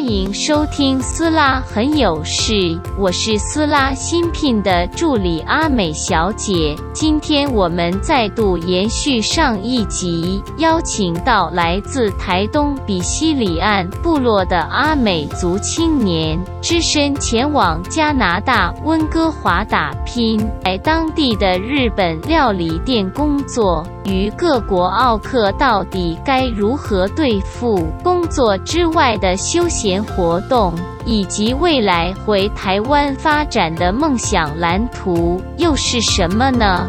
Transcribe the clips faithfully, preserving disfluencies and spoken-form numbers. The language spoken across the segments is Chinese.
欢迎收听斯拉很有事，我是斯拉新聘的助理阿美小姐。今天我们再度延续上一集，邀请到来自台东比西里岸部落的阿美族青年，只身前往加拿大温哥华打拼，在当地的日本料理店工作。与各国奥客到底该如何对付工作之外的休闲活动，以及未来回台湾发展的梦想蓝图又是什么呢？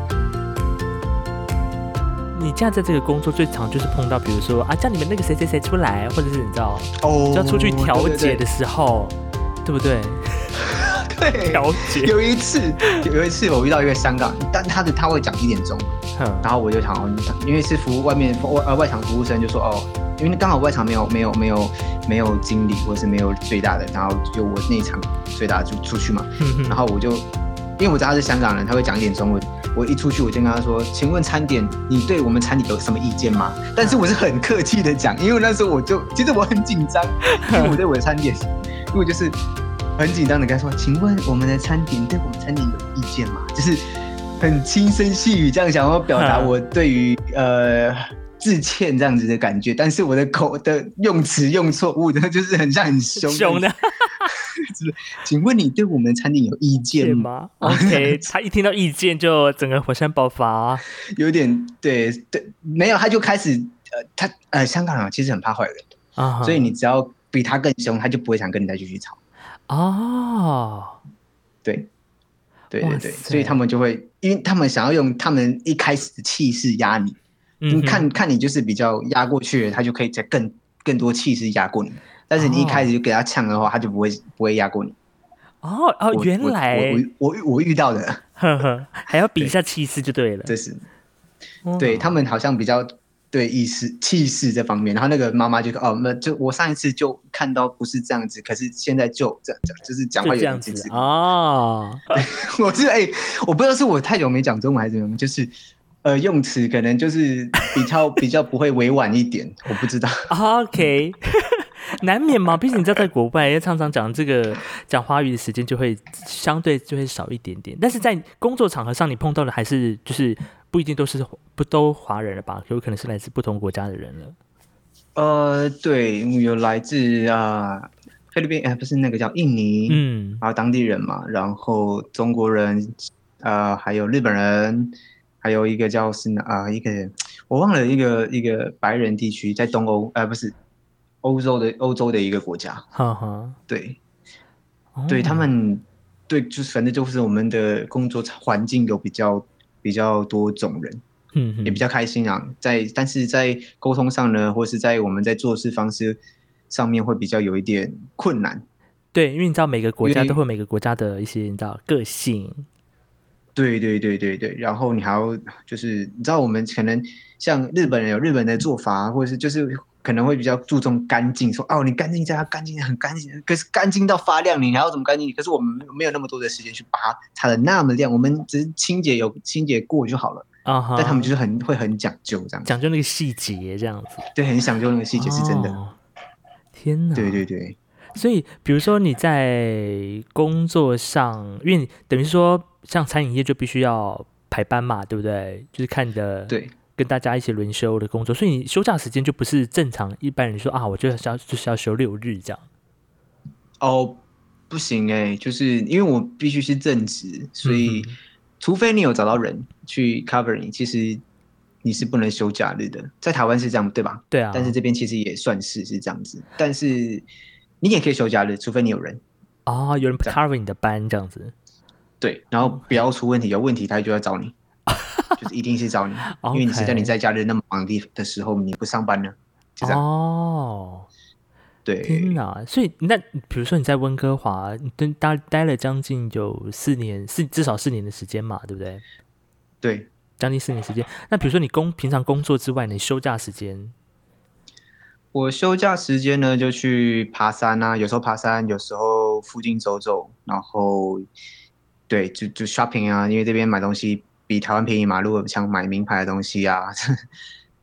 你这样在这个工作最常就是碰到，比如说啊，叫你们那个谁谁谁出来，或者是你知道，哦，要出去调解的时候，对, 对, 对, 对不对？ 对， 调解。 有一次，有一次我遇到一个香港人，但他的他会讲一点中文，然后我就想，因为是服务外面呃外场服务生，就说哦，因为刚好外场没有没有没有没有经理或是没有最大的，然后就我那场最大的就出去嘛，然后我就因为我知道他是香港人，他会讲一点中文，我一出去我就跟他说，请问餐点你对我们餐点有什么意见吗？但是我是很客气的讲，因为那时候我就其实我很紧张，因为我对我的餐点，因为就是很紧张的跟他说，请问我们的餐点对我们餐点有意见吗？就是很轻声细语这样想要表达我对于呃致歉这样子的感觉，但是我的口的用词用错误的，就是很像很凶凶的。 请问你对我们餐点有意见吗 ？OK， 他一听到意见就整个火山爆发， 有点对对，没有他就开始呃他呃香港人其实很怕坏人， uh-huh. 所以你只要比他更凶，他就不会想跟你再继续吵。哦，对，对对对，所以他们就会，因为他们想要用他们一开始的气势压你，嗯、你看看你就是比较压过去了，他就可以再更更多气势压过你。但是你一开始就给他呛的话，他就不会不会压过你。 哦哦，原来我我 我, 我, 我遇到的， 呵呵，还要比一下气势就对了。 这是，哦、对他们好像比较。对意识气势这方面，然后那个妈妈就说：“哦，那就我上一次就看到不是这样子，可是现在就这样，就是讲话有点支持哦。”我是哎、欸，我不知道是我太久没讲中文还是怎么样，就是呃用词可能就是比较比较不会委婉一点，我不知道。 OK， 难免嘛，毕竟你知道在国外，常常讲这个讲华语的时间就会相对就会少一点点，但是在工作场合上，你碰到的还是就是。不一定都是不都华人了吧？有可能是来自不同国家的人了。 呃，对，有来自啊、呃、菲律宾，哎、呃，不是那个叫印尼，嗯，然后当地人嘛，然后中国人，呃，还有日本人，还有一个叫是啊、呃、一个我忘了一个一个白人地区，在东欧，呃，不是欧洲的欧洲的一个国家，哈哈，对，哦、对他们，对，就是反正就是我们的工作环境有比较。比较多种人，嗯，也比较开心啊。在但是在沟通上呢，或是在我们在做事方式上面会比较有一点困难。 对，因为你知道每个国家都会有每个国家的一些你知道个性。 对对对对对，然后你还要就是你知道我们可能像日本人有日本的做法，或者是就是可能会比较注重干净，说哦你干净在它干净很干净，可是干净到发亮，你还要怎么干净？可是我们没有那么多的时间去把它擦得那么亮，我们只是清洁有清洁过就好了。Uh-huh. 但他们就是很会很讲究这样， 讲究那个细节这样子。 对，很讲究那个细节是真的。Oh, 天哪！ 对对对。 所以，比如说你在工作上，因为你等于说像餐饮业就必须要排班嘛，对不对？就是看你的对。 跟大家一起轮休的工作，所以你休假时间就不是正常一般人说啊，我就是要就是要休六日这样。 哦，不行哎、欸，就是因为我必须是正职，所以、嗯、除非你有找到人去 cover 你，其实你是不能休假日的。在台湾是这样，对吧？ 对啊。 但是这边其实也算是是这样子，但是你也可以休假日，除非你有人。 哦，有人 cover 你的班这样子。 对，然后不要出问题，有问题他就要找你。就是一定是找你，因为你是在你在假日那么忙的时候，你不上班呢，就这样。哦，对， 天哪！所以那比如说你在温哥华，你待待了将近有四年，四至少四年的时间嘛，对不对？ 对， 将近四年时间。那比如说你工平常工作之外，你休假时间？ 我休假时间呢，就去爬山啊，有时候爬山，有时候附近走走，然后对，就就 shopping 啊，因为这边买东西比台湾便宜嘛，如果像买名牌的东西啊，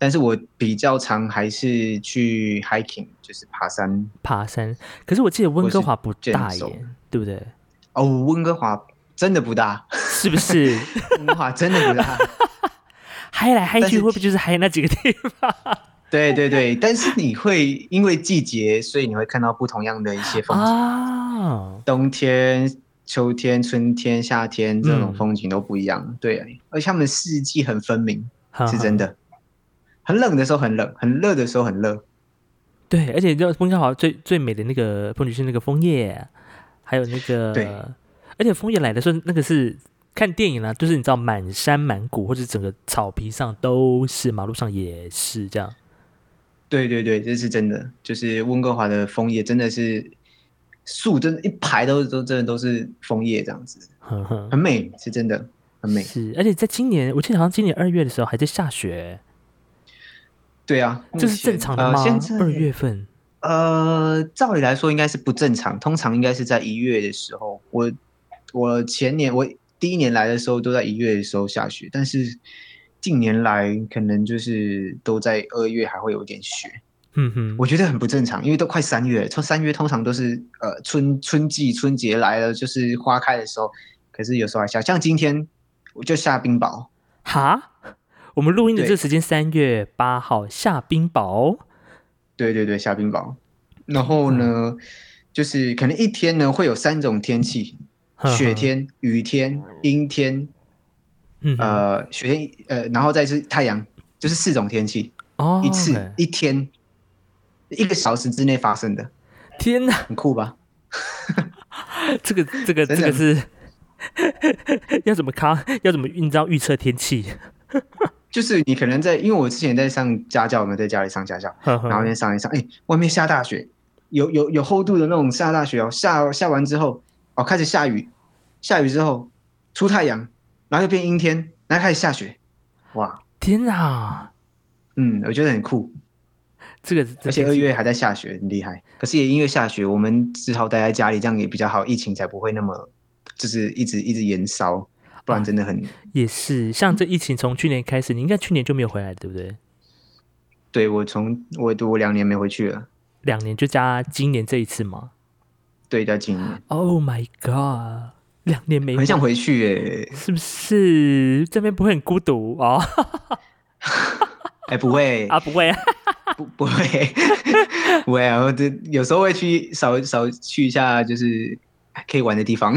但是我比较常还是去 hiking， 就是爬山。 爬山，可是我记得温哥华不大耶，对不对？ 哦，温哥华真的不大， 是不是？ 温哥华真的不大， 嗨来嗨去，会不会就是嗨那几个地方？ 对对对，但是你会因为季节，所以你会看到不同样的一些风景。啊、冬天、秋天、春天、夏天这种风景都不一样。嗯、对，而且他们四季很分明，是真的。很冷的时候很冷，很热的时候很热。 对，而且就温哥华最最美的那个风景是那个枫叶，还有那个， 对， 而且枫叶来的时候，那个是看电影啦、啊，就是你知道满山满谷，或者整个草皮上都是，马路上也是这样。 对对对，这是真的，就是温哥华的枫叶真的是树，真的，一排都都真的都是枫叶这样子，很美，是真的很美。 是，而且在今年，我记得好像今年二月的时候还在下雪。 对啊， 这是正常的吗？ 现在二月份， 呃，照理来说应该是不正常，通常应该是在一月的时候。我我前年我第一年来的时候都在一月的时候下雪，但是近年来可能就是都在二月还会有点雪。嗯哼，我觉得很不正常，因为都快三月了，从三月通常都是呃春春季春节来了，就是花开的时候，可是有时候还下，像今天我就下冰雹。 哈？我们录音的这个时间三月八号下冰雹， 对对对，下冰雹。然后呢，嗯、就是可能一天呢会有三种天气：雪天、雨天、阴天。嗯、呃，雪天呃，然后再是太阳，就是四种天气。哦，一次、okay. 一天，一个小时之内发生的。 天哪， 很酷吧？ 这个这个这个是要怎么看？要怎么你知道预测天气？ 就是你可能在，因为我之前在上家教，我们在家里上家教，然后那边上一上，哎、欸，外面下大雪，有有有厚度的那种下大雪哦，下下完之后，哦，开始下雨，下雨之后出太阳，然后又变阴天，然后开始下雪，哇， 天哪！ 嗯，我觉得很酷， 这个而且二月还在下雪，很厉害。可是也因为下雪，我们只好待在家里，这样也比较好，疫情才不会那么就是一直一直延烧。不然真的很、啊、 也是，像这疫情从去年开始，你应该去年就没有回来，对不对？ 对，我从我我两年没回去了， 两年就加今年这一次吗？ 对，加今年。 Oh my god， 两年没回， 很想回去耶， 是不是？这边不会很孤独哦？ 哎、欸，不会啊，不会啊， 不不会，不会啊，我这有时候会去少少去一下，就是可以玩的地方。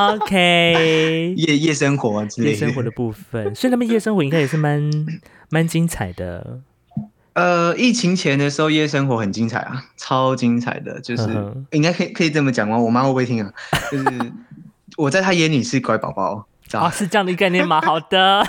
OK， 夜夜生活之类的， 夜生活的部分，所以他们夜生活应该也是蛮蛮精彩的。 呃，疫情前的时候，夜生活很精彩啊，超精彩的，就是、嗯、应该可以可以这么讲吗？我妈会不会听啊？就是我在她眼里是乖宝宝啊、哦，是这样的概念吗？好的。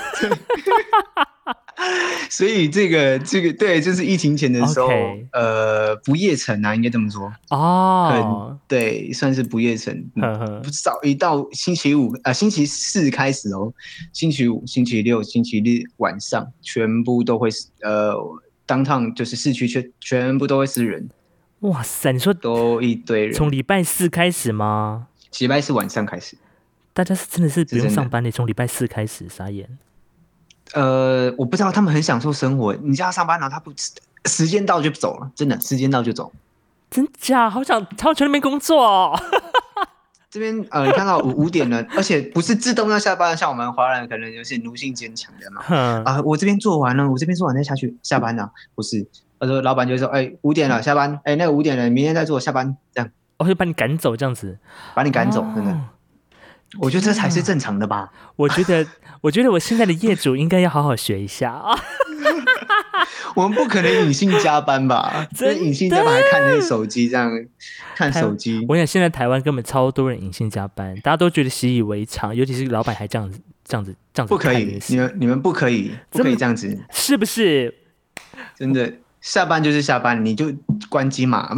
所以这个这个对，就是疫情前的时候， okay. 呃，不夜城啊，应该这么说哦。Oh. 对，算是不夜城。嗯、不知道一到星期五啊、呃，星期四开始哦，星期五、星期六、星期日晚上，全部都会呃 downtown 就是市区全全部都会是人。 哇塞，你说都一堆人， 从礼拜四开始吗？ 礼拜四晚上开始， 大家是真的是不用上班的，从礼拜四开始，傻眼。 呃，我不知道他们很享受生活。你叫他上班，然后他不时间到就走了，真的时间到就走。 真假？好想好想去那边工作哦。 这边呃，你看到五五点了，而且不是自动要下班，像我们华人可能有些奴性坚强的嘛。啊、呃，我这边做完了，我这边做完再下去下班了，不是？他说老板就说，哎、欸，五点了下班，哎、欸，那个五点了，明天再做下班，这样。 我会、哦、把你赶走，这样子， 把你赶走，哦、真的。我觉得这才是正常的吧。 我觉得，我觉得我现在的业主应该要好好学一下啊。 我们不可能隐性加班吧？真的隐性加班还看那个手机，这样看手机。 我想现在台湾根本超多人隐性加班，大家都觉得习以为常，尤其是老板还这样子、这样子、这样子。 不可以，你们你们不可以，不可以这样子， 是不是？ 真的，下班就是下班，你就关机嘛。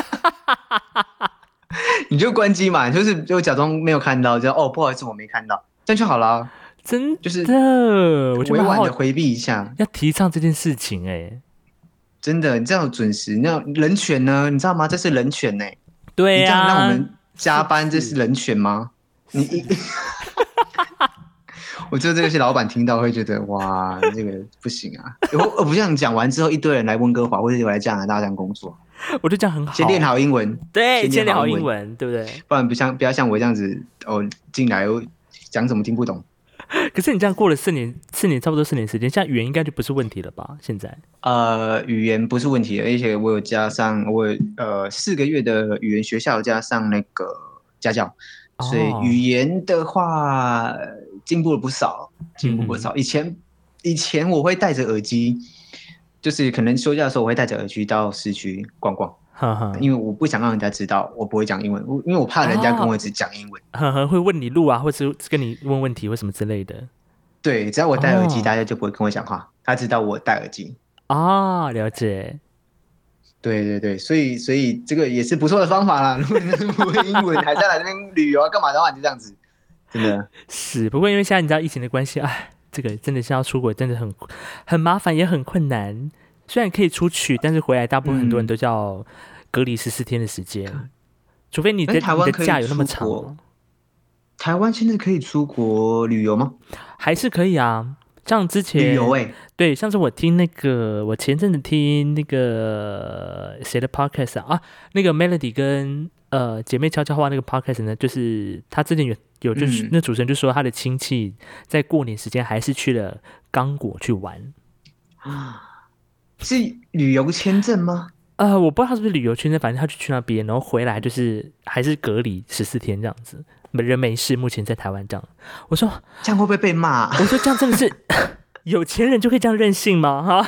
你就关机嘛，就是就假装没有看到，就哦不好意思我没看到，这样就好了。 真的， 就是我委婉的回避一下， 要提倡这件事情哎、欸， 真的，你这样准时，那人权呢？你知道吗？这是人权呢、欸。 对呀、啊， 你这样让我们加班，这是人权吗？你我觉得这些老板听到会觉得哇，这个不行啊！我我不像讲完之后，一堆人来温哥华或者来加拿大这样工作， 我觉得这样很好， 先练好英文， 对，先练好英文，对不对？ 不然不像不要像我这样子哦，进来讲什么听不懂。 可是你这样过了四年，四年差不多四年时间，现在语言应该就不是问题了吧？现在呃，语言不是问题，而且我有加上我有呃四个月的语言学校，加上那个家教，哦、所以语言的话进步了不少，进步不少。嗯、以前以前我会戴着耳机，就是可能休假的时候我会戴着耳机到市区逛逛。呵呵因为我不想让人家知道我不会讲英文，因为我怕人家跟我只讲英文， 呵呵会问你路啊，或是跟你问问题或什么之类的。 对，只要我戴耳机，哦、大家就不会跟我讲话，他知道我戴耳机。 啊，了解。 对对对，所以所以这个也是不错的方法啦。如果你不会英文，还在来这边旅游啊干嘛的话，你就这样子，真的是。不过因为现在你知道疫情的关系，哎，这个真的是要出国，真的很很麻烦，也很困难。虽然可以出去，但是回来大部分很多人都叫隔离十四天的时间，嗯、除非你的台湾你的假有那么长。 台湾现在可以出国旅游吗？ 还是可以啊，像之前旅游哎、欸， 对，上次我听那个，我前阵子听那个谁的 podcast 啊，啊那个 Melody 跟呃姐妹悄悄话那个 podcast 呢，就是他之前有有就是、嗯、那主持人就说他的亲戚在过年时间还是去了刚果去玩啊。是旅游签证吗？ 呃，我不知道他是不是旅游签证，反正他就去那边，然后回来就是还是隔离十四天这样子，人没事。目前在台湾这样，我说这样会不会被骂？ 我说这样真的是有钱人就可以这样任性吗？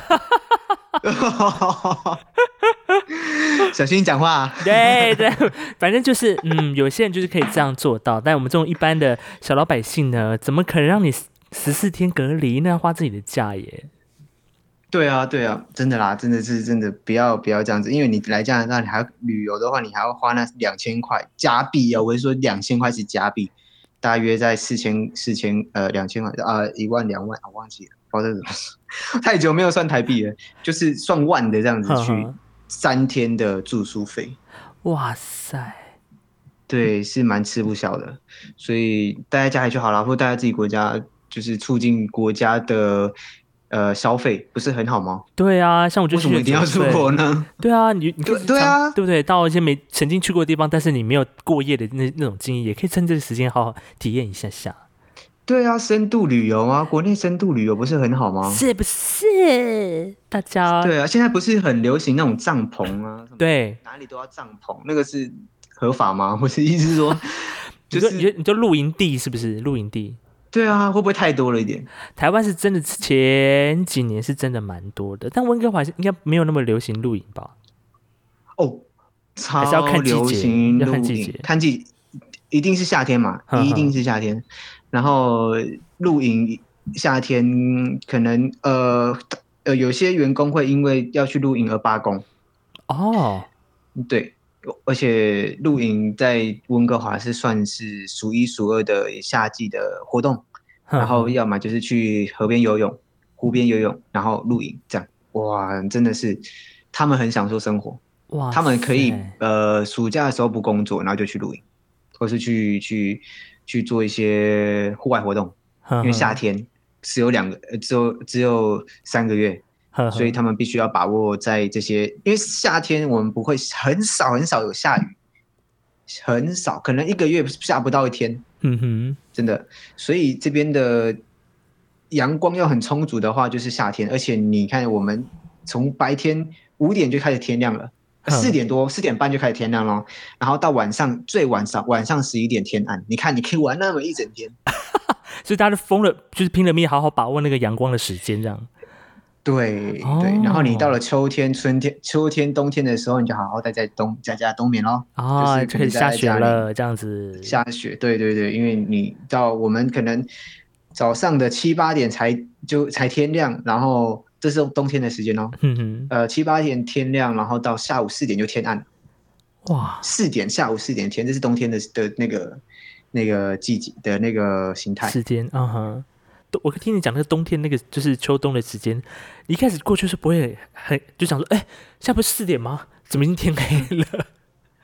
小心讲话。 对对，反正就是嗯，有些人就是可以这样做到，但我们这种一般的小老百姓呢，怎么可能让你十四天隔离？那要花自己的假耶。 对啊，对啊，真的啦，真的是真的，不要不要这样子，因为你来加拿大，你还要旅游的话，你还要花那两千块加币啊，我是说两千块是加币，大约在四千四千呃两千块啊一万两万，我忘记了，不知道怎么说，太久没有算台币了，就是算万的这样子去三天的住宿费， 哇塞， 对，是蛮吃不消的，所以待在家里就好了，或待在自己国家，就是促进国家的。呃，消费不是很好吗？ 对啊，像我就为什么一定要出国呢？ 对啊，你你对对啊， 对不对？到一些没曾经去过的地方，但是你没有过夜的那那种经验，也可以趁这个时间好好体验一下下。 对啊，深度旅游啊，国内深度旅游不是很好吗？ 是不是？大家对啊，现在不是很流行那种帐篷啊？ 对， 哪里都要帐篷，那个是合法吗？我是意思是说， 就是你就你就露营地是不是？露营地。 对啊，会不会太多了一点？ 台湾是真的前几年是真的蛮多的，但温哥华应该没有那么流行露营吧？ 哦，超流行露营， 要看季节， 看季一定是夏天嘛，呵呵一定是夏天。然后露营夏天可能呃呃有些员工会因为要去露营而罢工。 哦， 对。而且露营在温哥华是算是数一数二的夏季的活动，然后要么就是去河边游泳、湖边游泳，然后露营这样。哇，真的是他们很享受生活。哇，他们可以呃暑假的时候不工作，然后就去露营，或是去去去做一些户外活动。因为夏天只有两个，只有只有三个月。所以他们必须要把握在这些，因为夏天我们不会很少很少有下雨，很少，可能一个月下不到一天，嗯哼，真的。所以这边的阳光要很充足的话，就是夏天。而且你看，我们从白天五点就开始天亮了，四点多四点半就开始天亮了，然后到晚上最晚上晚上十一点天暗。你看，你可以玩那么一整天， 所以大家疯了，就是拼了命好好把握那个阳光的时间，这样。 对对，哦、然后你到了秋天、春天、秋天、冬天的时候，你就好好待在冬在家冬眠咯。 啊、哦， 就是可以下雪了，这样子。 下雪，对对对，因为你到我们可能早上的七八点才就才天亮，然后这是冬天的时间哦。嗯哼，呃，七八点天亮，然后到下午四点就天暗。哇，四点下午四点天，这是冬天的的那个那个季节的那个形态时间，嗯哼。我听你讲那个冬天那个就是秋冬的时间，一开始过去是不会很就想说，哎、欸，现在不是四点吗？怎么已经天黑了？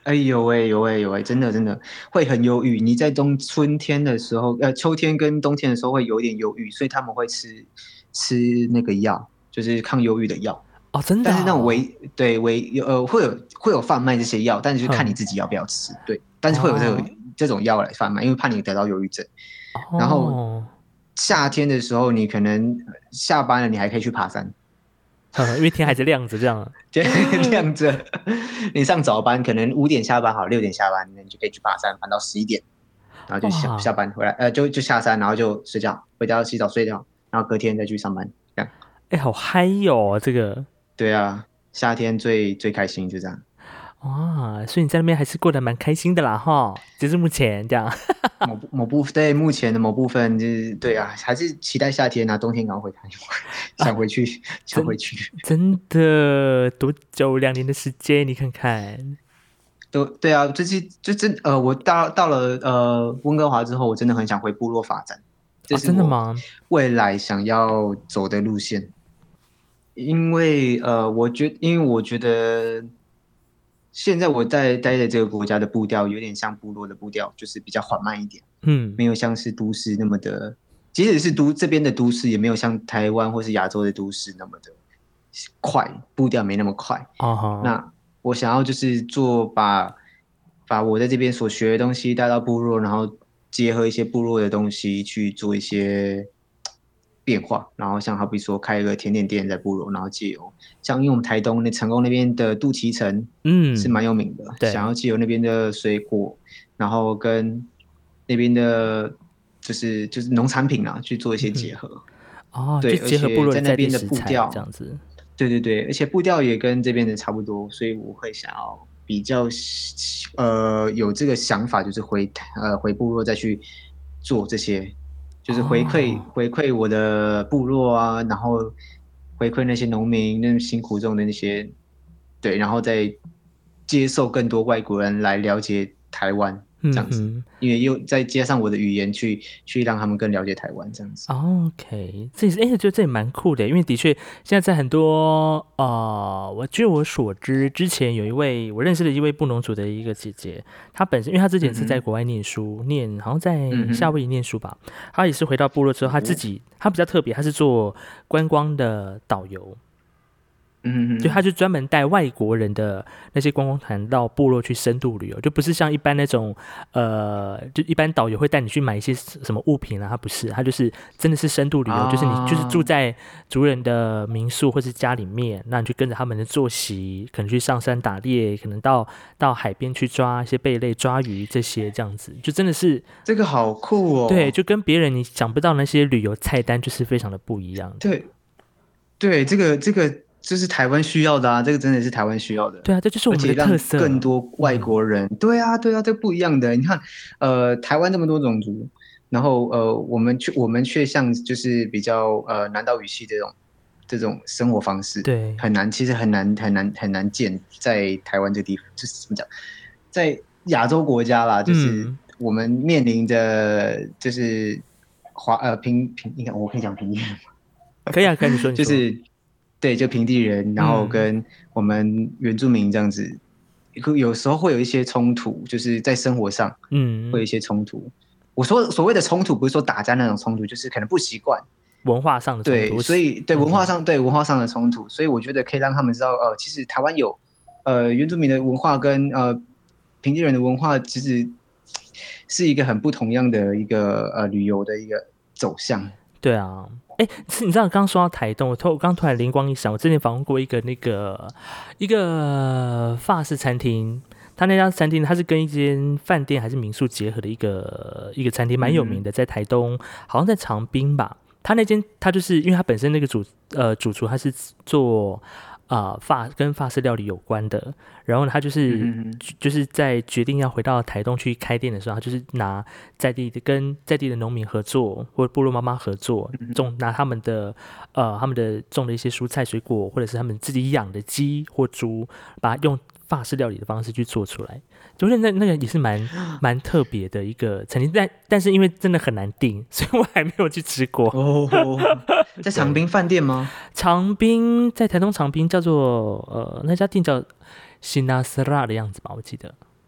哎有哎、欸、有哎、欸、有哎、欸，真的真的会很忧郁。你在冬春天的时候，呃，秋天跟冬天的时候会有点忧郁，所以他们会吃吃那个药，就是抗忧郁的药。 哦，真的、哦。 但是那种微对微呃会有会有贩卖这些药，但是就看你自己要不要吃。嗯、对，但是会有这种、哦、这种药来贩卖，因为怕你得到忧郁症。哦、然后夏天的时候，你可能下班了，你还可以去爬山。 因为天还是亮着，这样天亮着。你上早班，可能五点下班好，六点下班，你就可以去爬山，爬到十一点，然后就下下班回来，呃，就就下山，然后就睡觉，回家洗澡睡觉，然后隔天再去上班，这样。 哎、欸，好嗨哟、哦，这个。 对啊，夏天最最开心，就这样。 哇，所以你在那边还是过得蛮开心的啦，哈，就是目前这样。 某某部对目前的某部分就是对啊，还是期待夏天啊，冬天赶快回台湾，想回去，啊、想回去。 真的多久？两年的时间，你看看。 都对啊，这是就真呃，我到到了呃温哥华之后，我真的很想回部落发展。这是我未来想要走的路线。因为呃，我觉因为我觉得。现在我在待的这个国家的步调有点像部落的步调，就是比较缓慢一点，嗯，没有像是都市那么的，即使是都这边的都市，也没有像台湾或是亚洲的都市那么的快，步调没那么快。Uh-huh. 那我想要就是做把把我在这边所学的东西带到部落，然后结合一些部落的东西去做一些变化，然后像好比说开一个甜点店在部落，然后借由像因为我们台东那成功那边的肚脐橙，嗯，是蛮有名的，想要借由那边的水果，然后跟那边的就是就是农产品啊去做一些结合。 嗯、哦， 对， 就结合部落在那边的步调这样子。 对对对，而且步调也跟这边的差不多，所以我会想要比较呃有这个想法，就是回呃回部落再去做这些。就是回馈、哦、回馈我的部落啊，然后回馈那些农民那辛苦中的那些，对，然后再接受更多外国人来了解台湾这样子，嗯、因为又再加上我的语言去去让他们更了解台湾这样子。 OK， 这哎，觉得这也蛮酷的，因为的确现在在很多呃，我据我所知，之前有一位我认识的一位布农族的一个姐姐，她本身因为她之前是在国外念书，嗯、念好像在夏威夷念书吧，她也是回到部落之后，她自己她比较特别，她是做观光的导游。嗯，就他就专门带外国人的那些观光团到部落去深度旅游，就不是像一般那种呃，就一般导游会带你去买一些什么物品啊，他不是，他就是真的是深度旅游，啊、就是你就是住在族人的民宿或是家里面，那你就跟着他们的作息，可能去上山打猎，可能到到海边去抓一些贝类、抓鱼这些这样子，就真的是这个好酷哦。 对，就跟别人你想不到那些旅游菜单就是非常的不一样。 对，对，这个这个。这是台湾需要的啊，这个真的是台湾需要的。 对啊，这就是我们的特色。 更多外国人，嗯、对啊，对啊，这不一样的。你看，呃，台湾这么多种族，然后呃，我们却我们却像就是比较呃南岛语系这种这种生活方式， 对， 很难，其实很难很难很难见在台湾这地方，就是怎么讲，在亚洲国家啦，就是我们面临的就是华呃平平，应该我可以讲平地人吗？ 可以啊，可以你说， 就是对，就平地人，然后跟我们原住民这样子，嗯、有时候会有一些冲突，就是在生活上，嗯，会有一些冲突。我说所谓的冲突，不是说打架那种冲突，就是可能不习惯文化上的冲突。 对，所以对文化上、嗯、对文化上的冲突，所以我觉得可以让他们知道，呃，其实台湾有呃原住民的文化跟呃平地人的文化，其实是一个很不同样的一个呃旅游的一个走向。 对啊。哎，你知道刚刚说到台东，我突刚突然灵光一闪，我之前访问过一个那个一个法式餐厅，他那家餐厅它是跟一间饭店还是民宿结合的一个一个餐厅，蛮有名的，在台东，好像在长滨吧。他那间他就是因为他本身那个主呃主厨他是做。呃，法跟法式料理有关的，然后呢，他就是、嗯、就是在决定要回到台东去开店的时候，他就是拿在地的跟在地的农民合作，或者部落妈妈合作，种拿他们的呃他们的种的一些蔬菜水果，或者是他们自己养的鸡或猪，把它用法式料理的方式去做出来。就是那那个也是蛮蛮特别的一个餐厅，但但是因为真的很难订，所以我还没有去吃过。 哦，在长滨饭店吗？ 长滨在台东长滨叫做呃那家店叫辛纳斯拉的样子吧，我记得。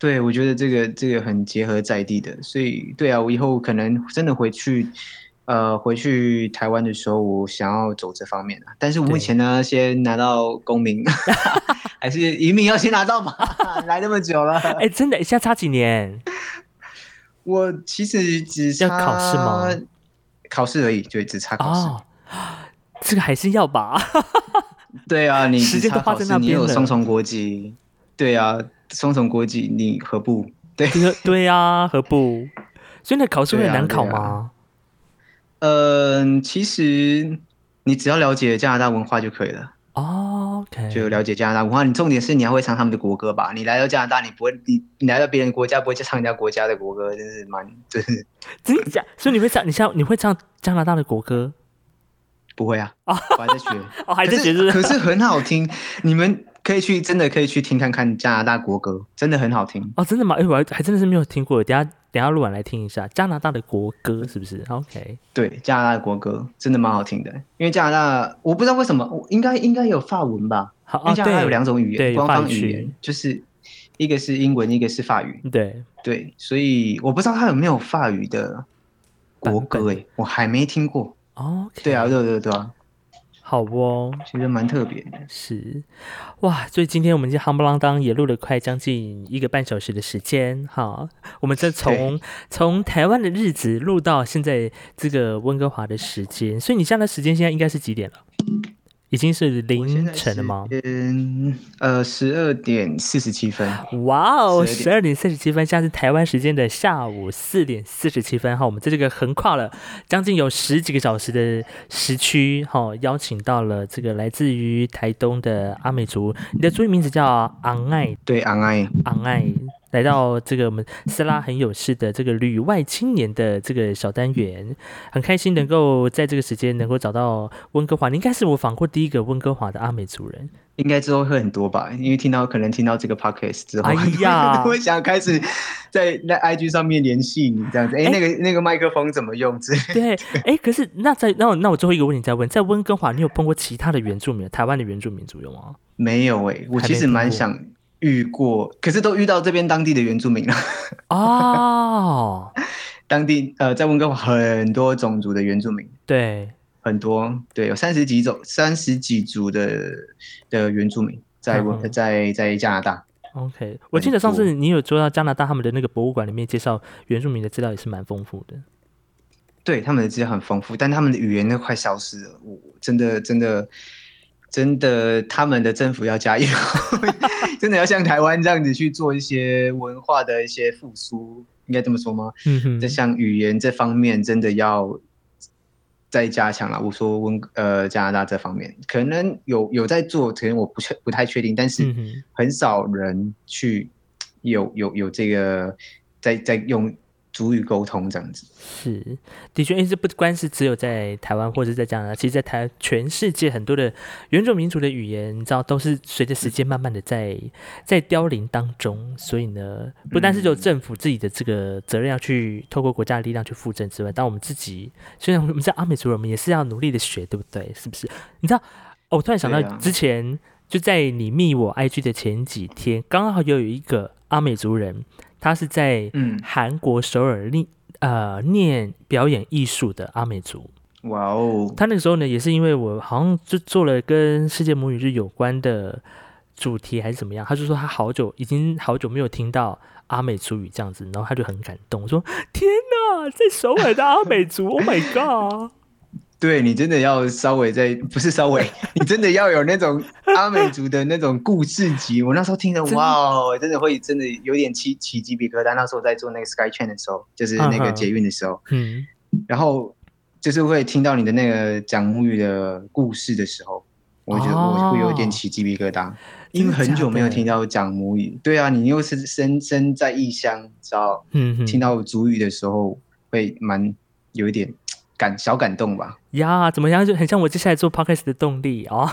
对，我觉得这个这个很结合在地的，所以对啊，我以后可能真的回去，呃，回去台湾的时候，我想要走这方面的。但是我目前呢，先拿到公民，还是移民要先拿到吧？来那么久了， 哎、欸，真的，现在差几年？ 我其实只差要考试吗？ 考试而已，对，只差考试。 哦，这个还是要吧？ 对啊，你时间都花在那边了， 你有双重国籍，对啊。双重国籍，你何不？对对啊，何不？所以那考试会很难考吗？ 嗯、啊啊呃，其实你只要了解加拿大文化就可以了。 哦 ，OK， 就了解加拿大文化。你重点是你还会唱他们的国歌吧？你来到加拿大，你不会，你你来到别人国家不会唱人家国家的国歌，真是蛮，真是真的假？所以你会唱，你像你会唱加拿大的国歌？ 不会啊，我还在学。 哦，还在学是？ 可是很好听，你们。可以去，真的可以去听看看加拿大国歌，真的很好听哦！真的吗？哎、欸，我还真的是没有听过，等下等下录完来听一下加拿大的国歌，是不是 ？OK， 对，加拿大的国歌真的蛮好听的，因为加拿大我不知道为什么，应该应该有法文吧？ 好， 因为加拿大有两种语言，官方语言语就是一个是英文，一个是法语。 对对，所以我不知道他有没有法语的国歌，哎，我还没听过。 哦、okay ， 对啊，对对对啊。 好哦， 其实蛮特别的。 是，哇！所以今天我们就夯不啷当也录了快将近一个半小时的时间，哈。我们这从从台湾的日子录到现在这个温哥华的时间，所以你现在的时间现在应该是几点了？已经是凌晨了吗？ 嗯，呃，十二点四十七分。 哇哦，十二点四十七分，现在是台湾时间的下午四点四十七分。哈，我们在这个横跨了将近有十几个小时的时区，哈，邀请到了这个来自于台东的阿美族，你的族语名字叫昂爱， 对，昂爱， 昂爱。来到这个我们斯拉很有事的这个旅外青年的这个小单元，很开心能够在这个时间能够找到温哥华。你应该是我访过第一个温哥华的阿美族人， 应该之后会很多吧？因为听到可能听到这个 podcast 之后， 哎呀， 我想开始在在 I G 上面联系你这样子。哎，那个那个麦克风怎么用？ 对，哎，可是那在那我那我最后一个问题再问，在温哥华你有碰过其他的原住民，台湾的原住民族有吗？ 没有哎、欸，我其实蛮想。遇过，可是都遇到这边当地的原住民了。 哦， 当地呃，在温哥华很多种族的原住民， 对， 很多，对，有三十几种、三十几族的的原住民在温、嗯、在在加拿大。 OK， 我记得上次你有说到加拿大他们的那个博物馆里面介绍原住民的资料也是蛮丰富的。 对，他们的资料很丰富，但他们的语言都快消失了。我真的真的。真的，他们的政府要加油，真的要像台湾这样子去做一些文化的一些复苏，应该这么说吗？ 嗯哼， 这像语言这方面，真的要再加强了。我说温呃加拿大这方面，可能有有在做，可能我不确不太确定，但是很少人去有有有这个在在用。族语沟通这样子是，的确，因为这不光是只有在台湾或者在加拿大，其实在台全世界很多的原住民族的语言，你知道都是随着时间慢慢的在在凋零当中。所以呢，不单是有政府自己的这个责任要去透过国家的力量去复振之外，但我们自己虽然我们在阿美族人，我们也是要努力的学，对不对？是不是？你知道，哦、我突然想到之前、啊、就在你密我 I G 的前几天，刚好有一个阿美族人。他是在韩国首尔念、嗯、呃念表演艺术的阿美族。 哇哦！ 他那个时候呢，也是因为我好像就做了跟世界母语日有关的主题还是怎么样，他就说他好久已经好久没有听到阿美族语这样子，然后他就很感动，我说天哪，在首尔的阿美族，Oh my god！ 对，你真的要稍微在，不是稍微，你真的要有那种阿美族的那种故事集。我那时候听的，哇哦，真的会真的有点起起鸡皮疙瘩。那时候在做那个 SkyTrain 的时候，就是那个捷运的时候， 嗯， 然后就是会听到你的那个讲母语的故事的时候，我觉得我会有点起鸡皮疙瘩，哦、因为很久没有听到讲母语。对啊，你又是身身在异乡，知道， 嗯， 听到族语的时候会蛮有一点。感小感动吧呀，怎么样？就很像我接下来做 podcast 的动力哦。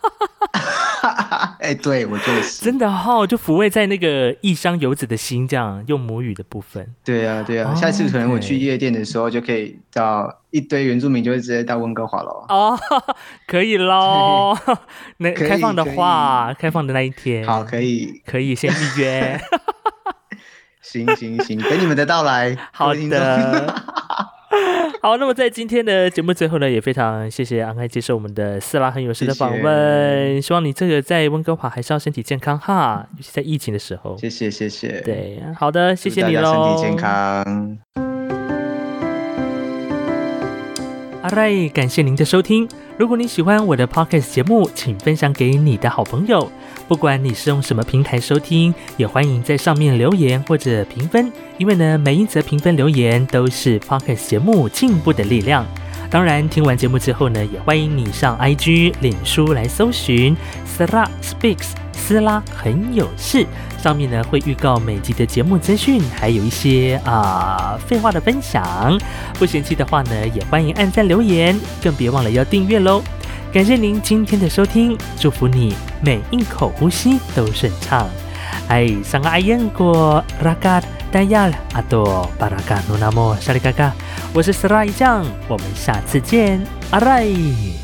哎、欸，对我就是真的哈、哦，就抚慰在那个异乡游子的心，这样用母语的部分。 对啊，对啊，哦、下次可能我去夜店的时候，就可以到一堆原住民，就会直接到温哥华了。 哦，可以咯。那开放的话，开放的那一天， 好，可以， 可以先预约。 行行行，等你们的到来。 好的。好，那么在今天的节目最后呢，也非常谢谢安爱接受我们的斯拉很有事的访问。希望你这个在温哥华还是要身体健康哈，尤其在疫情的时候。 谢谢谢谢。 对，好的，谢谢你喽。 身体健康。 好嘞，感谢您的收听。如果你喜欢我的 Podcast 节目，请分享给你的好朋友。不管你是用什么平台收听，也欢迎在上面留言或者评分，因为呢，每一则评分留言都是 Podcast 节目进步的力量。当然，听完节目之后呢，也欢迎你上 I G、脸书来搜寻 Sla Speaks。斯拉很有事，上面呢会预告每集的节目资讯，还有一些啊、呃、废话的分享。不嫌弃的话呢，也欢迎按赞留言，更别忘了要订阅喽。感谢您今天的收听，祝福你每一口呼吸都顺畅。哎，上个阿燕过拉嘎达亚阿多巴拉嘎努纳莫沙里嘎嘎，我是斯拉一酱，我们下次见，阿来。